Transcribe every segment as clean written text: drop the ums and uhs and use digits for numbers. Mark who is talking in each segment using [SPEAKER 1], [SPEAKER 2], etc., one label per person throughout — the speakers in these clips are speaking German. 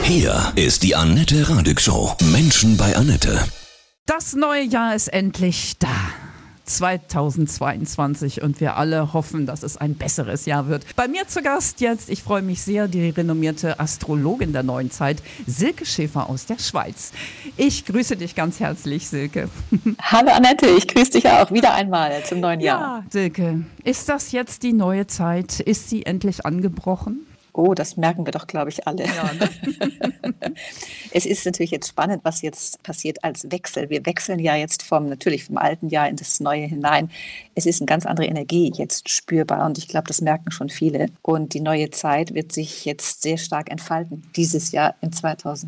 [SPEAKER 1] Hier ist die Annette Radig Show. Menschen bei Annette.
[SPEAKER 2] Das neue Jahr ist endlich da. 2022 und wir alle hoffen, dass es ein besseres Jahr wird. Bei mir zu Gast jetzt, ich freue mich sehr, die renommierte Astrologin der neuen Zeit, Silke Schäfer aus der Schweiz. Ich grüße dich ganz herzlich, Silke.
[SPEAKER 3] Hallo Annette, ich grüße dich auch wieder einmal zum neuen Jahr.
[SPEAKER 2] Ja, Silke, ist das jetzt die neue Zeit? Ist sie endlich angebrochen?
[SPEAKER 3] Oh, das merken wir doch, glaube ich, alle.
[SPEAKER 2] Ja, ne?
[SPEAKER 3] Es ist natürlich jetzt spannend, was jetzt passiert als Wechsel. Wir wechseln ja jetzt natürlich vom alten Jahr in das neue hinein. Es ist eine ganz andere Energie jetzt spürbar und ich glaube, das merken schon viele. Und die neue Zeit wird sich jetzt sehr stark entfalten, dieses Jahr in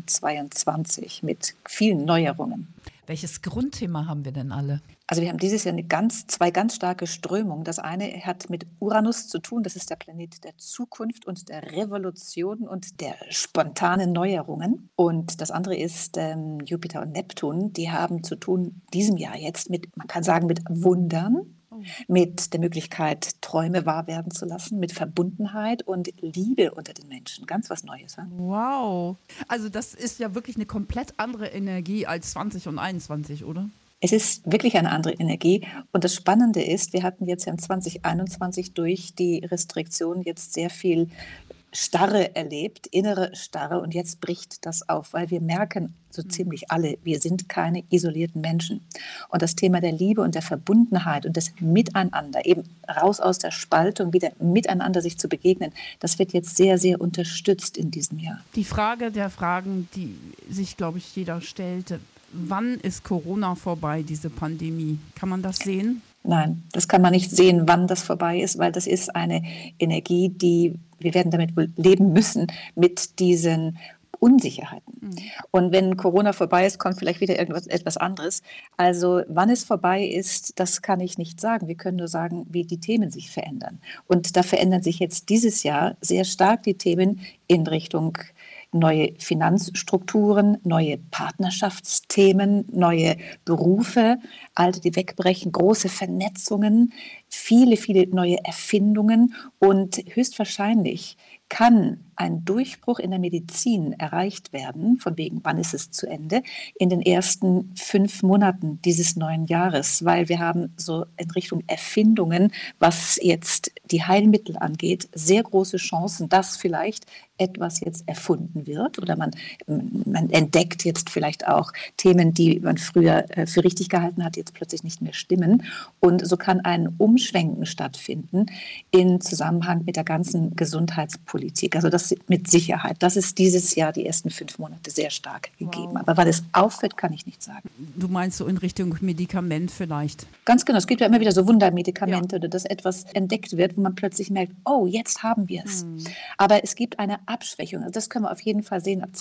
[SPEAKER 3] 2022 mit vielen Neuerungen.
[SPEAKER 2] Welches Grundthema haben wir denn alle?
[SPEAKER 3] Also wir haben dieses Jahr zwei ganz starke Strömungen. Das eine hat mit Uranus zu tun, das ist der Planet der Zukunft und der Revolution und der spontanen Neuerungen. Und das andere ist Jupiter und Neptun, die haben zu tun diesem Jahr jetzt mit, man kann sagen, mit Wundern, mit der Möglichkeit, Träume wahr werden zu lassen, mit Verbundenheit und Liebe unter den Menschen. Ganz was Neues. Ja?
[SPEAKER 2] Wow. Also das ist ja wirklich eine komplett andere Energie als 20 und 21, oder?
[SPEAKER 3] Es ist wirklich eine andere Energie. Und das Spannende ist, wir hatten jetzt ja in 2021 durch die Restriktionen jetzt sehr viel Starre erlebt, innere Starre. Und jetzt bricht das auf, weil wir merken so ziemlich alle, wir sind keine isolierten Menschen. Und das Thema der Liebe und der Verbundenheit und des Miteinander, eben raus aus der Spaltung, wieder miteinander sich zu begegnen, das wird jetzt sehr, sehr unterstützt in diesem Jahr.
[SPEAKER 2] Die Frage der Fragen, die sich, glaube ich, jeder stellte: Wann ist Corona vorbei, diese Pandemie? Kann man das sehen?
[SPEAKER 3] Nein, das kann man nicht sehen, wann das vorbei ist, weil das ist eine Energie, wir werden damit wohl leben müssen, mit diesen Unsicherheiten. Und wenn Corona vorbei ist, kommt vielleicht wieder etwas anderes. Also wann es vorbei ist, das kann ich nicht sagen. Wir können nur sagen, wie die Themen sich verändern. Und da verändern sich jetzt dieses Jahr sehr stark die Themen in Richtung neue Finanzstrukturen, neue Partnerschaftsthemen, neue Berufe, alte, die wegbrechen, große Vernetzungen, viele, viele neue Erfindungen und höchstwahrscheinlich kann ein Durchbruch in der Medizin erreicht werden, von wegen, wann ist es zu Ende, in den ersten 5 Monaten dieses neuen Jahres, weil wir haben so in Richtung Erfindungen, was jetzt die Heilmittel angeht, sehr große Chancen, dass vielleicht etwas jetzt erfunden wird oder man entdeckt jetzt vielleicht auch Themen, die man früher für richtig gehalten hat, jetzt plötzlich nicht mehr stimmen. Und so kann ein Umschwenken stattfinden in Zusammenhang mit der ganzen Gesundheitspolitik. Also das mit Sicherheit. Das ist dieses Jahr die ersten 5 Monate sehr stark gegeben.
[SPEAKER 2] Wow.
[SPEAKER 3] Aber wann es aufhört, kann ich nicht sagen.
[SPEAKER 2] Du meinst so in Richtung Medikament vielleicht?
[SPEAKER 3] Ganz genau. Es gibt ja immer wieder so Wundermedikamente oder dass etwas entdeckt wird, wo man plötzlich merkt, oh, jetzt haben wir es. Aber es gibt eine Abschwächung. Also das können wir auf jeden Fall sehen ab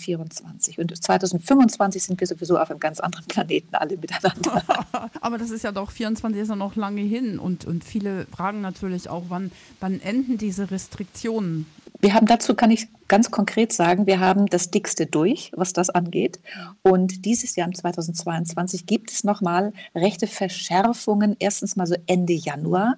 [SPEAKER 3] 2024. Und 2025 sind wir sowieso auf einem ganz anderen Planeten alle miteinander.
[SPEAKER 2] Aber das ist ja doch, 24 ist ja noch lange hin. Und viele fragen natürlich auch, wann enden diese Restriktionen?
[SPEAKER 3] Wir haben dazu, kann ich ganz konkret sagen, wir haben das Dickste durch, was das angeht. Und dieses Jahr, im 2022, gibt es nochmal rechte Verschärfungen. Erstens mal so Ende Januar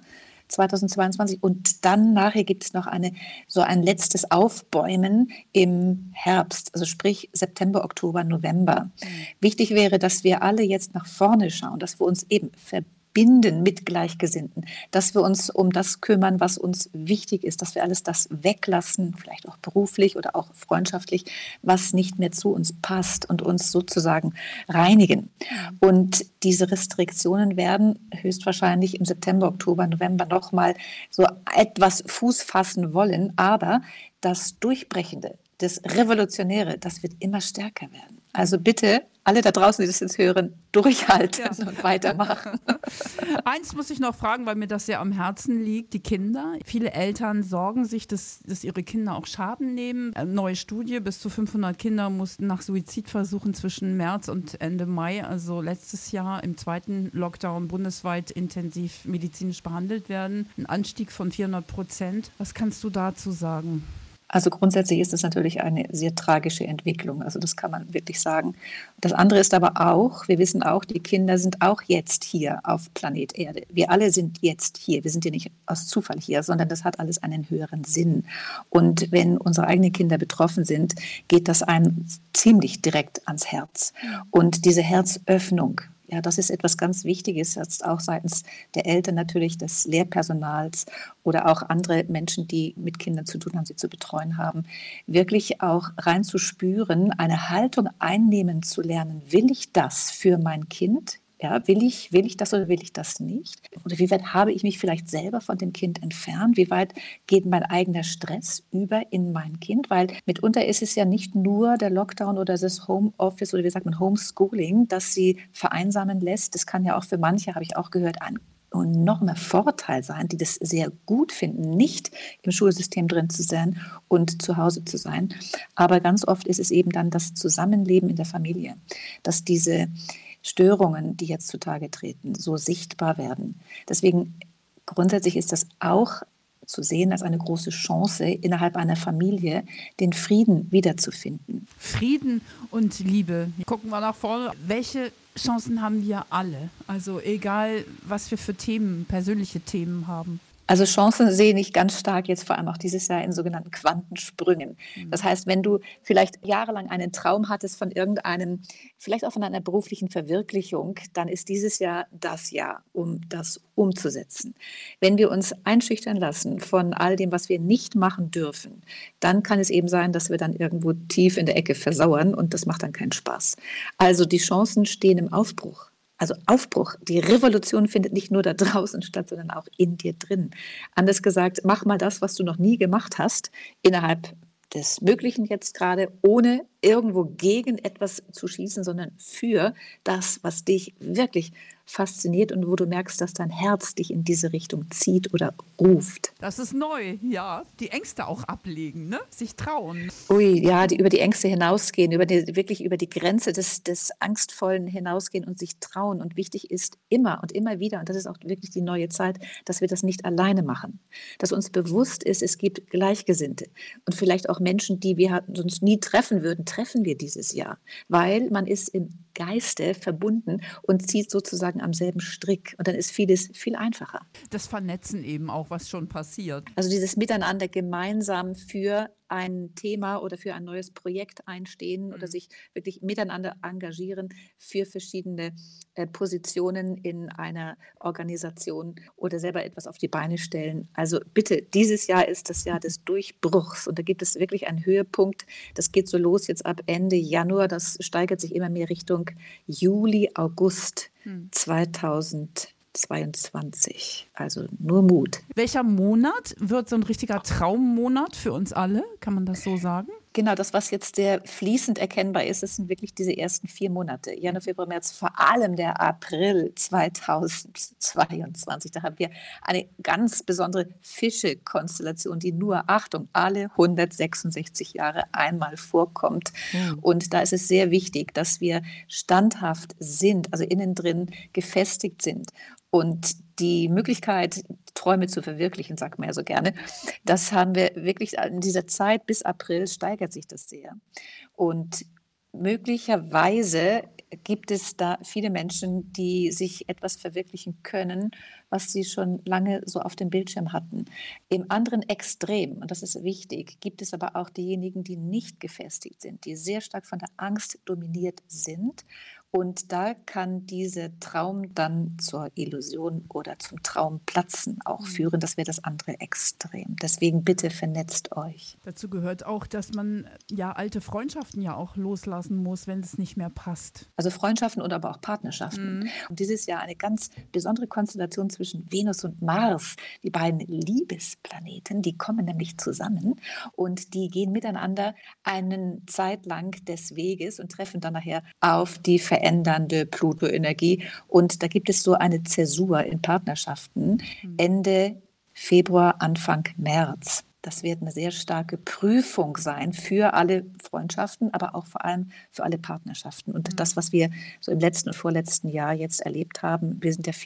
[SPEAKER 3] 2022 und dann nachher gibt es noch ein letztes Aufbäumen im Herbst, also sprich September, Oktober, November. Wichtig wäre, dass wir alle jetzt nach vorne schauen, dass wir uns eben verbinden mit Gleichgesinnten, dass wir uns um das kümmern, was uns wichtig ist, dass wir alles das weglassen, vielleicht auch beruflich oder auch freundschaftlich, was nicht mehr zu uns passt und uns sozusagen reinigen. Und diese Restriktionen werden höchstwahrscheinlich im September, Oktober, November nochmal so etwas Fuß fassen wollen, aber das Durchbrechende, das Revolutionäre, das wird immer stärker werden. Also bitte, alle da draußen, die das jetzt hören, durchhalten und weitermachen.
[SPEAKER 2] Eins muss ich noch fragen, weil mir das sehr am Herzen liegt, die Kinder. Viele Eltern sorgen sich, dass ihre Kinder auch Schaden nehmen. Eine neue Studie, bis zu 500 Kinder mussten nach Suizidversuchen zwischen März und Ende Mai, also letztes Jahr im zweiten Lockdown bundesweit intensiv medizinisch behandelt werden. Ein Anstieg von 400%. Was kannst du dazu sagen?
[SPEAKER 3] Also grundsätzlich ist es natürlich eine sehr tragische Entwicklung. Also das kann man wirklich sagen. Das andere ist aber auch, wir wissen auch, die Kinder sind auch jetzt hier auf Planet Erde. Wir alle sind jetzt hier. Wir sind ja nicht aus Zufall hier, sondern das hat alles einen höheren Sinn. Und wenn unsere eigenen Kinder betroffen sind, geht das einem ziemlich direkt ans Herz. Und diese Herzöffnung, ja, das ist etwas ganz Wichtiges, jetzt auch seitens der Eltern natürlich, des Lehrpersonals oder auch andere Menschen, die mit Kindern zu tun haben, sie zu betreuen haben, wirklich auch reinzuspüren, eine Haltung einnehmen zu lernen. Will ich das für mein Kind? Ja, will ich das oder will ich das nicht? Oder wie weit habe ich mich vielleicht selber von dem Kind entfernt? Wie weit geht mein eigener Stress über in mein Kind? Weil mitunter ist es ja nicht nur der Lockdown oder das Homeoffice oder wie sagt man Homeschooling, das sie vereinsamen lässt. Das kann ja auch für manche, habe ich auch gehört, ein enormer Vorteil sein, die das sehr gut finden, nicht im Schulsystem drin zu sein und zu Hause zu sein. Aber ganz oft ist es eben dann das Zusammenleben in der Familie, dass diese Störungen, die jetzt zutage treten, so sichtbar werden. Deswegen grundsätzlich ist das auch zu sehen als eine große Chance, innerhalb einer Familie den Frieden wiederzufinden.
[SPEAKER 2] Frieden und Liebe. Gucken wir nach vorne. Welche Chancen haben wir alle? Also egal, was wir für Themen, persönliche Themen haben.
[SPEAKER 3] Also Chancen sehe ich ganz stark jetzt vor allem auch dieses Jahr in sogenannten Quantensprüngen. Das heißt, wenn du vielleicht jahrelang einen Traum hattest von irgendeinem, vielleicht auch von einer beruflichen Verwirklichung, dann ist dieses Jahr das Jahr, um das umzusetzen. Wenn wir uns einschüchtern lassen von all dem, was wir nicht machen dürfen, dann kann es eben sein, dass wir dann irgendwo tief in der Ecke versauern und das macht dann keinen Spaß. Also die Chancen stehen im Aufbruch. Also Aufbruch, die Revolution findet nicht nur da draußen statt, sondern auch in dir drin. Anders gesagt, mach mal das, was du noch nie gemacht hast, innerhalb des Möglichen jetzt gerade, ohne irgendwo gegen etwas zu schießen, sondern für das, was dich wirklich fasziniert und wo du merkst, dass dein Herz dich in diese Richtung zieht oder ruft.
[SPEAKER 2] Das ist neu, ja. Die Ängste auch ablegen, ne? Sich trauen.
[SPEAKER 3] Ui, ja, die über die Ängste hinausgehen, wirklich über die Grenze des Angstvollen hinausgehen und sich trauen. Und wichtig ist immer und immer wieder, und das ist auch wirklich die neue Zeit, dass wir das nicht alleine machen. Dass uns bewusst ist, es gibt Gleichgesinnte und vielleicht auch Menschen, die wir sonst nie treffen würden, treffen wir dieses Jahr, weil man ist im Geiste verbunden und zieht sozusagen am selben Strick. Und dann ist vieles viel einfacher.
[SPEAKER 2] Das Vernetzen eben auch, was schon passiert.
[SPEAKER 3] Also dieses Miteinander gemeinsam für ein Thema oder für ein neues Projekt einstehen oder sich wirklich miteinander engagieren für verschiedene Positionen in einer Organisation oder selber etwas auf die Beine stellen. Also bitte, dieses Jahr ist das Jahr des Durchbruchs und da gibt es wirklich einen Höhepunkt. Das geht so los jetzt ab Ende Januar, das steigert sich immer mehr Richtung Juli, August 2022. Also nur Mut.
[SPEAKER 2] Welcher Monat wird so ein richtiger Traummonat für uns alle? Kann man das so sagen?
[SPEAKER 3] Genau, das, was jetzt sehr fließend erkennbar ist, das sind wirklich diese ersten 4 Monate. Januar, Februar, März, vor allem der April 2022. Da haben wir eine ganz besondere Fische-Konstellation, die nur, Achtung, alle 166 Jahre einmal vorkommt. Und da ist es sehr wichtig, dass wir standhaft sind, also innen drin gefestigt sind. Und die Möglichkeit, Träume zu verwirklichen, sagt man ja so gerne, das haben wir wirklich in dieser Zeit bis April steigert sich das sehr. Und möglicherweise gibt es da viele Menschen, die sich etwas verwirklichen können, was sie schon lange so auf dem Bildschirm hatten. Im anderen Extrem, und das ist wichtig, gibt es aber auch diejenigen, die nicht gefestigt sind, die sehr stark von der Angst dominiert sind. Und da kann dieser Traum dann zur Illusion oder zum Traumplatzen auch führen. Das wäre das andere Extrem. Deswegen bitte vernetzt euch.
[SPEAKER 2] Dazu gehört auch, dass man ja alte Freundschaften ja auch loslassen muss, wenn es nicht mehr passt.
[SPEAKER 3] Also Freundschaften und aber auch Partnerschaften. Und dieses Jahr eine ganz besondere Konstellation zwischen Venus und Mars. Die beiden Liebesplaneten, die kommen nämlich zusammen und die gehen miteinander eine Zeit lang des Weges und treffen dann nachher auf die verändernde Pluto-Energie. Und da gibt es so eine Zäsur in Partnerschaften Ende Februar, Anfang März. Das wird eine sehr starke Prüfung sein für alle Freundschaften, aber auch vor allem für alle Partnerschaften. Und das, was wir so im letzten und vorletzten Jahr jetzt erlebt haben, wir sind ja viele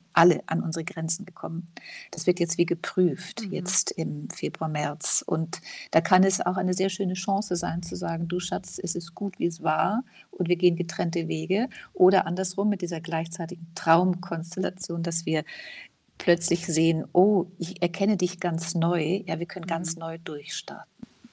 [SPEAKER 3] alle an unsere Grenzen gekommen. Das wird jetzt wie geprüft, jetzt im Februar, März. Und da kann es auch eine sehr schöne Chance sein, zu sagen, du Schatz, es ist gut, wie es war und wir gehen getrennte Wege. Oder andersrum mit dieser gleichzeitigen Traumkonstellation, dass wir plötzlich sehen, oh, ich erkenne dich ganz neu. Ja, wir können ganz neu durchstarten.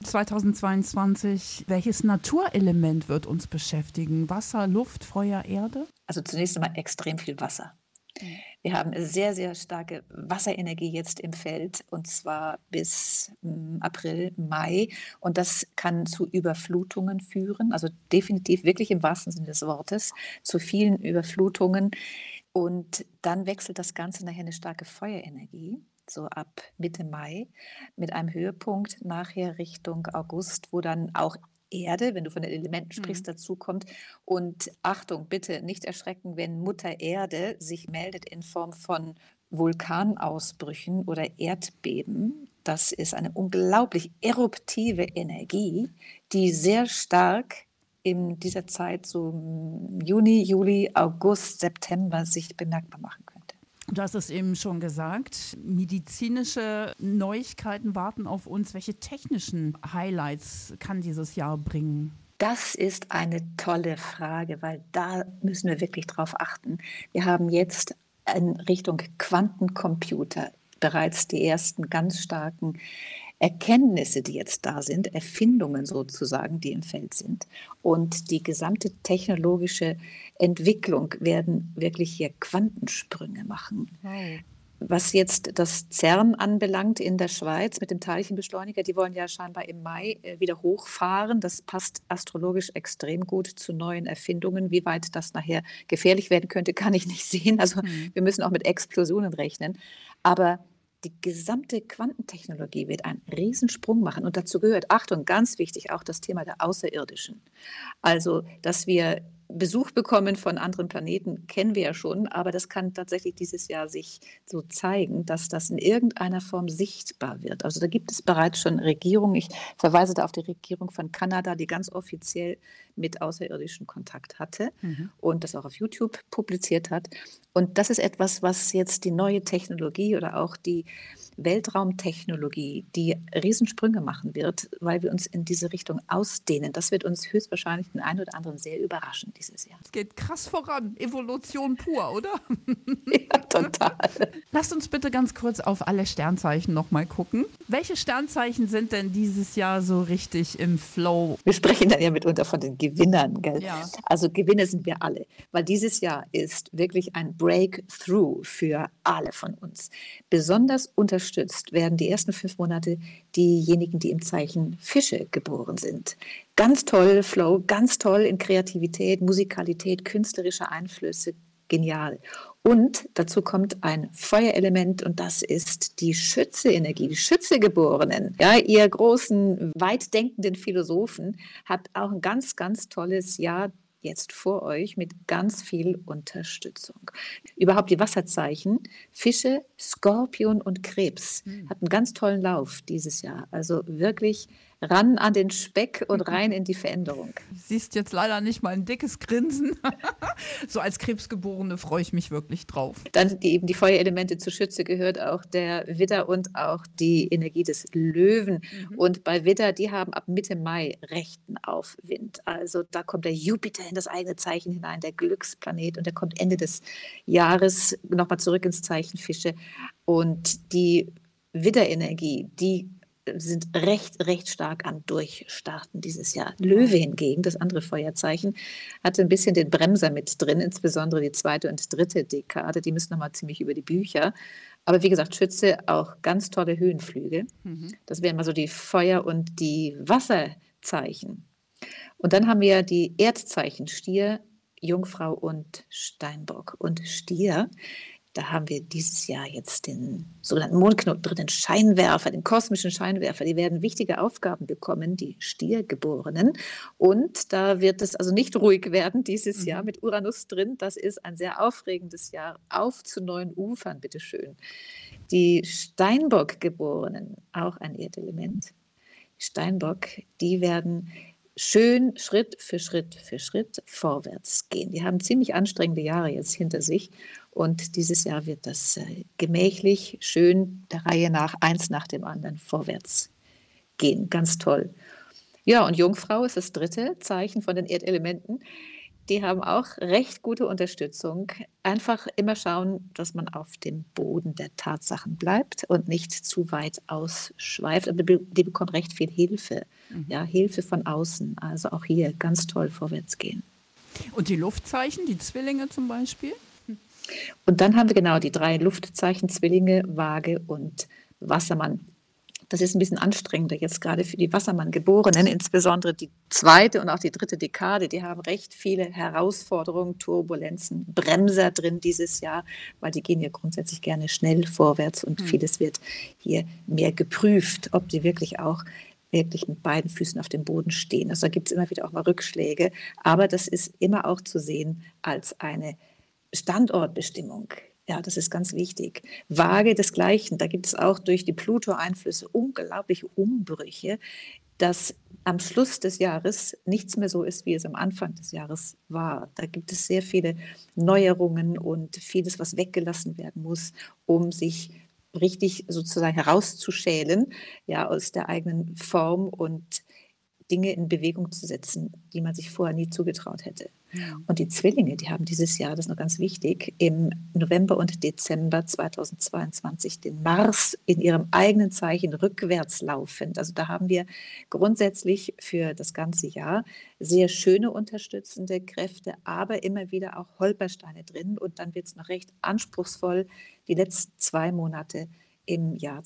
[SPEAKER 2] 2022, welches Naturelement wird uns beschäftigen? Wasser, Luft, Feuer, Erde?
[SPEAKER 3] Also zunächst einmal extrem viel Wasser. Wir haben sehr, sehr starke Wasserenergie jetzt im Feld, und zwar bis April, Mai. Und das kann zu Überflutungen führen, also definitiv wirklich im wahrsten Sinne des Wortes, zu vielen Überflutungen. Und dann wechselt das Ganze nachher eine starke Feuerenergie, so ab Mitte Mai, mit einem Höhepunkt nachher Richtung August, wo dann auch Erde, wenn du von den Elementen sprichst, dazu kommt. Und Achtung, bitte nicht erschrecken, wenn Mutter Erde sich meldet in Form von Vulkanausbrüchen oder Erdbeben. Das ist eine unglaublich eruptive Energie, die sehr stark in dieser Zeit, so Juni, Juli, August, September, sich bemerkbar machen könnte.
[SPEAKER 2] Du hast es eben schon gesagt, medizinische Neuigkeiten warten auf uns. Welche technischen Highlights kann dieses Jahr bringen?
[SPEAKER 3] Das ist eine tolle Frage, weil da müssen wir wirklich drauf achten. Wir haben jetzt in Richtung Quantencomputer bereits die ersten ganz starken Erkenntnisse, die jetzt da sind, Erfindungen sozusagen, die im Feld sind. Und die gesamte technologische Entwicklung werden wirklich hier Quantensprünge machen.
[SPEAKER 2] Wow.
[SPEAKER 3] Was jetzt das CERN anbelangt in der Schweiz mit dem Teilchenbeschleuniger, die wollen ja scheinbar im Mai wieder hochfahren. Das passt astrologisch extrem gut zu neuen Erfindungen. Wie weit das nachher gefährlich werden könnte, kann ich nicht sehen. Also wir müssen auch mit Explosionen rechnen. Aber die gesamte Quantentechnologie wird einen Riesensprung machen. Und dazu gehört, Achtung, ganz wichtig, auch das Thema der Außerirdischen. Also, dass wir Besuch bekommen von anderen Planeten, kennen wir ja schon, aber das kann tatsächlich dieses Jahr sich so zeigen, dass das in irgendeiner Form sichtbar wird. Also da gibt es bereits schon Regierungen. Ich verweise da auf die Regierung von Kanada, die ganz offiziell mit Außerirdischen Kontakt hatte und das auch auf YouTube publiziert hat. Und das ist etwas, was jetzt die neue Technologie oder auch die Weltraumtechnologie, die Riesensprünge machen wird, weil wir uns in diese Richtung ausdehnen. Das wird uns höchstwahrscheinlich den einen oder anderen sehr überraschen dieses Jahr.
[SPEAKER 2] Es geht krass voran. Evolution pur, oder?
[SPEAKER 3] Ja, total.
[SPEAKER 2] Lasst uns bitte ganz kurz auf alle Sternzeichen nochmal gucken. Welche Sternzeichen sind denn dieses Jahr so richtig im Flow?
[SPEAKER 3] Wir sprechen dann ja mitunter von den Gewinnern, gell?
[SPEAKER 2] Ja.
[SPEAKER 3] Also Gewinner sind wir alle, weil dieses Jahr ist wirklich ein Breakthrough für alle von uns. Besonders unterstützt werden die ersten 5 Monate diejenigen, die im Zeichen Fische geboren sind. Ganz toll Flow, ganz toll in Kreativität, Musikalität, künstlerische Einflüsse, genial. Und dazu kommt ein Feuerelement, und das ist die Schütze-Energie, die Schütze-Geborenen. Ja, ihr großen, weit denkenden Philosophen habt auch ein ganz, ganz tolles Jahr jetzt vor euch mit ganz viel Unterstützung. Überhaupt die Wasserzeichen, Fische, Skorpion und Krebs, hat einen ganz tollen Lauf dieses Jahr. Also wirklich ran an den Speck und rein in die Veränderung.
[SPEAKER 2] Du siehst jetzt leider nicht mal ein dickes Grinsen. So als Krebsgeborene freue ich mich wirklich drauf.
[SPEAKER 3] Dann eben die Feuerelemente zu Schütze gehört auch der Widder und auch die Energie des Löwen. Und bei Widder, die haben ab Mitte Mai rechten Aufwind. Also da kommt der Jupiter in das eigene Zeichen hinein, der Glücksplanet, und der kommt Ende des Jahres nochmal zurück ins Zeichen Fische. Und die Widderenergie, die sind recht stark am Durchstarten dieses Jahr. Löwe hingegen, das andere Feuerzeichen, hatte ein bisschen den Bremser mit drin, insbesondere die 2. und 3. Dekade, die müssen nochmal ziemlich über die Bücher. Aber wie gesagt, Schütze, auch ganz tolle Höhenflüge. Das wären mal so die Feuer- und die Wasserzeichen. Und dann haben wir die Erdzeichen Stier, Jungfrau und Steinbock. Und Stier, da haben wir dieses Jahr jetzt den sogenannten Mondknoten drin, den Scheinwerfer, den kosmischen Scheinwerfer. Die werden wichtige Aufgaben bekommen, die Stiergeborenen. Und da wird es also nicht ruhig werden dieses Jahr mit Uranus drin. Das ist ein sehr aufregendes Jahr. Auf zu neuen Ufern, bitteschön. Die Steinbock-Geborenen, auch ein Erdelement, Steinbock, die werden schön Schritt für Schritt für Schritt vorwärts gehen. Wir haben ziemlich anstrengende Jahre jetzt hinter sich und dieses Jahr wird das gemächlich, schön der Reihe nach, eins nach dem anderen vorwärts gehen. Ganz toll. Ja, und Jungfrau ist das dritte Zeichen von den Erdelementen. Die haben auch recht gute Unterstützung. Einfach immer schauen, dass man auf dem Boden der Tatsachen bleibt und nicht zu weit ausschweift. Aber die bekommen recht viel Hilfe, ja, Hilfe von außen. Also auch hier ganz toll vorwärts gehen.
[SPEAKER 2] Und die Luftzeichen, die Zwillinge zum Beispiel?
[SPEAKER 3] Und dann haben wir genau die 3 Luftzeichen, Zwillinge, Waage und Wassermann. Das ist ein bisschen anstrengender jetzt gerade für die Wassermann-Geborenen, insbesondere die zweite und auch die dritte Dekade. Die haben recht viele Herausforderungen, Turbulenzen, Bremser drin dieses Jahr, weil die gehen ja grundsätzlich gerne schnell vorwärts und vieles wird hier mehr geprüft, ob die wirklich mit beiden Füßen auf dem Boden stehen. Also da gibt es immer wieder auch mal Rückschläge, aber das ist immer auch zu sehen als eine Standortbestimmung. Ja, das ist ganz wichtig. Waage desgleichen. Da gibt es auch durch die Pluto-Einflüsse unglaubliche Umbrüche, dass am Schluss des Jahres nichts mehr so ist, wie es am Anfang des Jahres war. Da gibt es sehr viele Neuerungen und vieles, was weggelassen werden muss, um sich richtig sozusagen herauszuschälen, ja, aus der eigenen Form und Dinge in Bewegung zu setzen, die man sich vorher nie zugetraut hätte. Und die Zwillinge, die haben dieses Jahr, das ist noch ganz wichtig, im November und Dezember 2022 den Mars in ihrem eigenen Zeichen rückwärts laufend. Also da haben wir grundsätzlich für das ganze Jahr sehr schöne unterstützende Kräfte, aber immer wieder auch Holpersteine drin. Und dann wird es noch recht anspruchsvoll die letzten 2 Monate im Jahr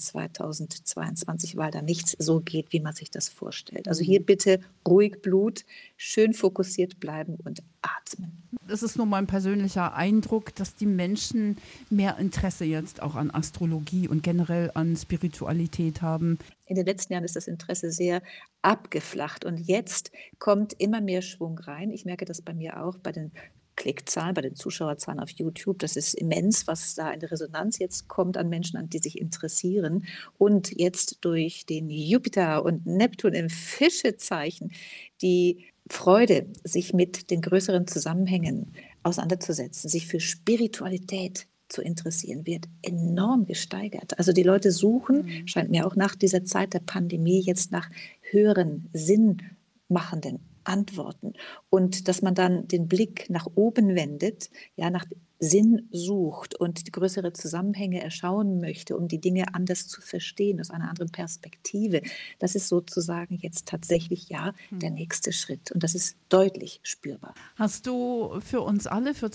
[SPEAKER 3] 2022, weil da nichts so geht, wie man sich das vorstellt. Also hier bitte ruhig Blut, schön fokussiert bleiben und atmen.
[SPEAKER 2] Das ist nur mein persönlicher Eindruck, dass die Menschen mehr Interesse jetzt auch an Astrologie und generell an Spiritualität haben.
[SPEAKER 3] In den letzten Jahren ist das Interesse sehr abgeflacht und jetzt kommt immer mehr Schwung rein. Ich merke das bei mir auch bei den Klickzahlen, bei den Zuschauerzahlen auf YouTube. Das ist immens, was da in der Resonanz jetzt kommt an Menschen, an die sich interessieren. Und jetzt durch den Jupiter und Neptun im Fischezeichen die Freude, sich mit den größeren Zusammenhängen auseinanderzusetzen, sich für Spiritualität zu interessieren, wird enorm gesteigert. Also die Leute suchen, scheint mir auch nach dieser Zeit der Pandemie, jetzt nach höheren, sinnmachenden Antworten. Und dass man dann den Blick nach oben wendet, ja, nach Sinn sucht und die größere Zusammenhänge erschauen möchte, um die Dinge anders zu verstehen, aus einer anderen Perspektive. Das ist sozusagen jetzt tatsächlich der nächste Schritt. Und das ist deutlich spürbar.
[SPEAKER 2] Hast du für uns alle, für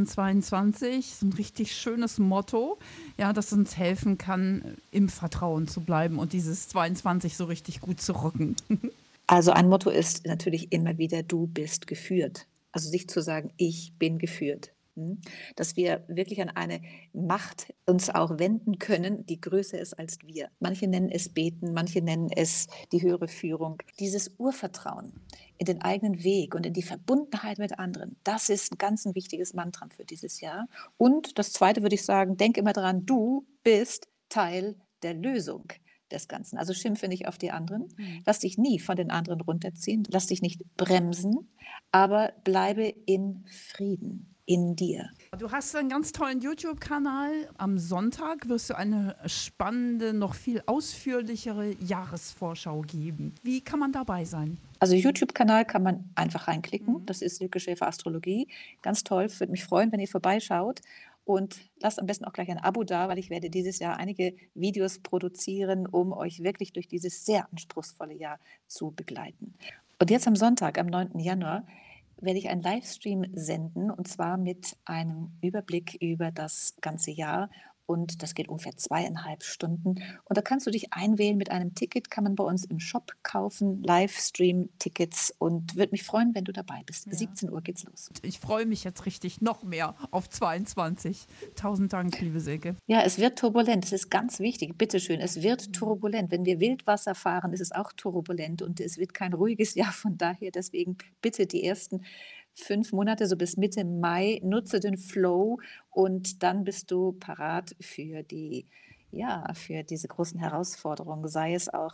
[SPEAKER 2] 2022, so ein richtig schönes Motto, ja, das uns helfen kann, im Vertrauen zu bleiben und dieses 22 so richtig gut zu rocken?
[SPEAKER 3] Also ein Motto ist natürlich immer wieder, du bist geführt. Also sich zu sagen, ich bin geführt. Dass wir wirklich an eine Macht uns auch wenden können, die größer ist als wir. Manche nennen es Beten, manche nennen es die höhere Führung. Dieses Urvertrauen in den eigenen Weg und in die Verbundenheit mit anderen, das ist ein ganz ein wichtiges Mantra für dieses Jahr. Und das Zweite würde ich sagen, denk immer daran, du bist Teil der Lösung des Ganzen. Also schimpfe nicht auf die anderen, lass dich nie von den anderen runterziehen, lass dich nicht bremsen, aber bleibe in Frieden in dir.
[SPEAKER 2] Du hast einen ganz tollen YouTube-Kanal. Am Sonntag wirst du eine spannende, noch viel ausführlichere Jahresvorschau geben. Wie kann man dabei sein?
[SPEAKER 3] Also YouTube-Kanal kann man einfach reinklicken. Das ist Silke Schäfer Astrologie. Ganz toll, würde mich freuen, wenn ihr vorbeischaut. Und lasst am besten auch gleich ein Abo da, weil ich werde dieses Jahr einige Videos produzieren, um euch wirklich durch dieses sehr anspruchsvolle Jahr zu begleiten. Und jetzt am Sonntag, am 9. Januar, werde ich einen Livestream senden und zwar mit einem Überblick über das ganze Jahr. Und das geht ungefähr 2,5 Stunden. Und da kannst du dich einwählen mit einem Ticket, kann man bei uns im Shop kaufen, Livestream-Tickets. Und würde mich freuen, wenn du dabei bist. 17 Uhr geht's los.
[SPEAKER 2] Ich freue mich jetzt richtig noch mehr auf 22. Tausend Dank, liebe Silke.
[SPEAKER 3] Ja, es wird turbulent. Das ist ganz wichtig. Bitteschön, es wird turbulent. Wenn wir Wildwasser fahren, ist es auch turbulent. Und es wird kein ruhiges Jahr. Von daher, deswegen bitte die ersten 5 Monate, so bis Mitte Mai, nutze den Flow und dann bist du parat für für diese großen Herausforderungen, sei es auch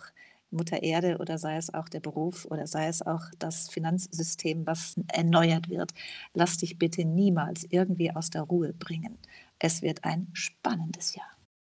[SPEAKER 3] Mutter Erde oder sei es auch der Beruf oder sei es auch das Finanzsystem, was erneuert wird. Lass dich bitte niemals irgendwie aus der Ruhe bringen. Es wird ein spannendes Jahr.